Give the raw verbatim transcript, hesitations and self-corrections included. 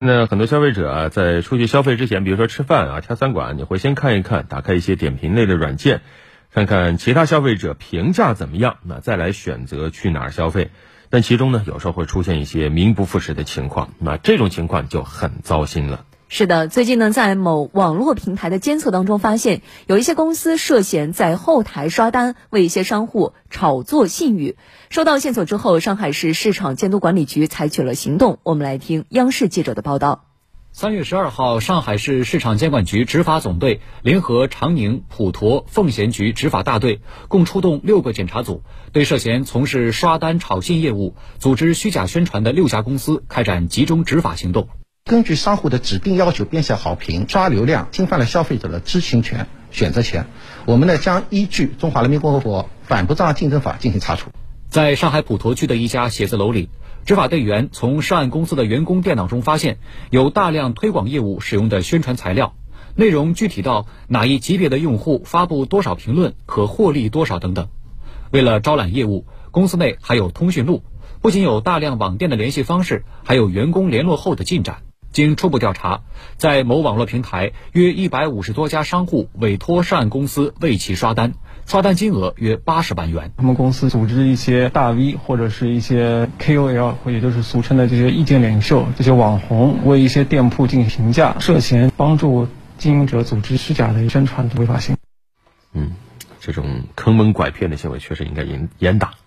那很多消费者啊，在出去消费之前，比如说吃饭啊、挑餐馆，你会先看一看，打开一些点评类的软件，看看其他消费者评价怎么样，那再来选择去哪儿消费。但其中呢，有时候会出现一些名不副实的情况，那这种情况就很糟心了。 是的，最近呢，在某网络平台的监测当中发现，有一些公司涉嫌在后台刷单，为一些商户炒作信誉。收到线索之后，上海市市场监督管理局采取了行动。我们来听央视记者的报道。 三月十二号，上海市市场监管局执法总队联合长宁、普陀、奉贤局执法大队，共出动六个检查组，对涉嫌从事刷单炒信业务、组织虚假宣传的六家公司开展集中执法行动。 根据商户的指定要求编写好评、刷流量，侵犯了消费者的知情权、选择权，我们呢将依据《中华人民共和国反不正当竞争法》进行查处。 在上海普陀区的一家写字楼里，执法队员从涉案公司的员工电脑中发现有大量推广业务使用的宣传材料，内容具体到哪一级别的用户发布多少评论可获利多少等等。为了招揽业务，公司内还有通讯录，不仅有大量网店的联系方式，还有员工联络后的进展。经初步调查，在某网络平台约一百五十多家商户委托涉案公司为其刷单，刷单金额约八十万元。 他们公司组织一些大 V 或者是一些 K O L， 或也就是俗称的这些意见领袖、这些网红，为一些店铺进行评价，涉嫌帮助经营者组织虚假的宣传的违法行为。 嗯，这种坑蒙拐骗的行为确实应该严严打。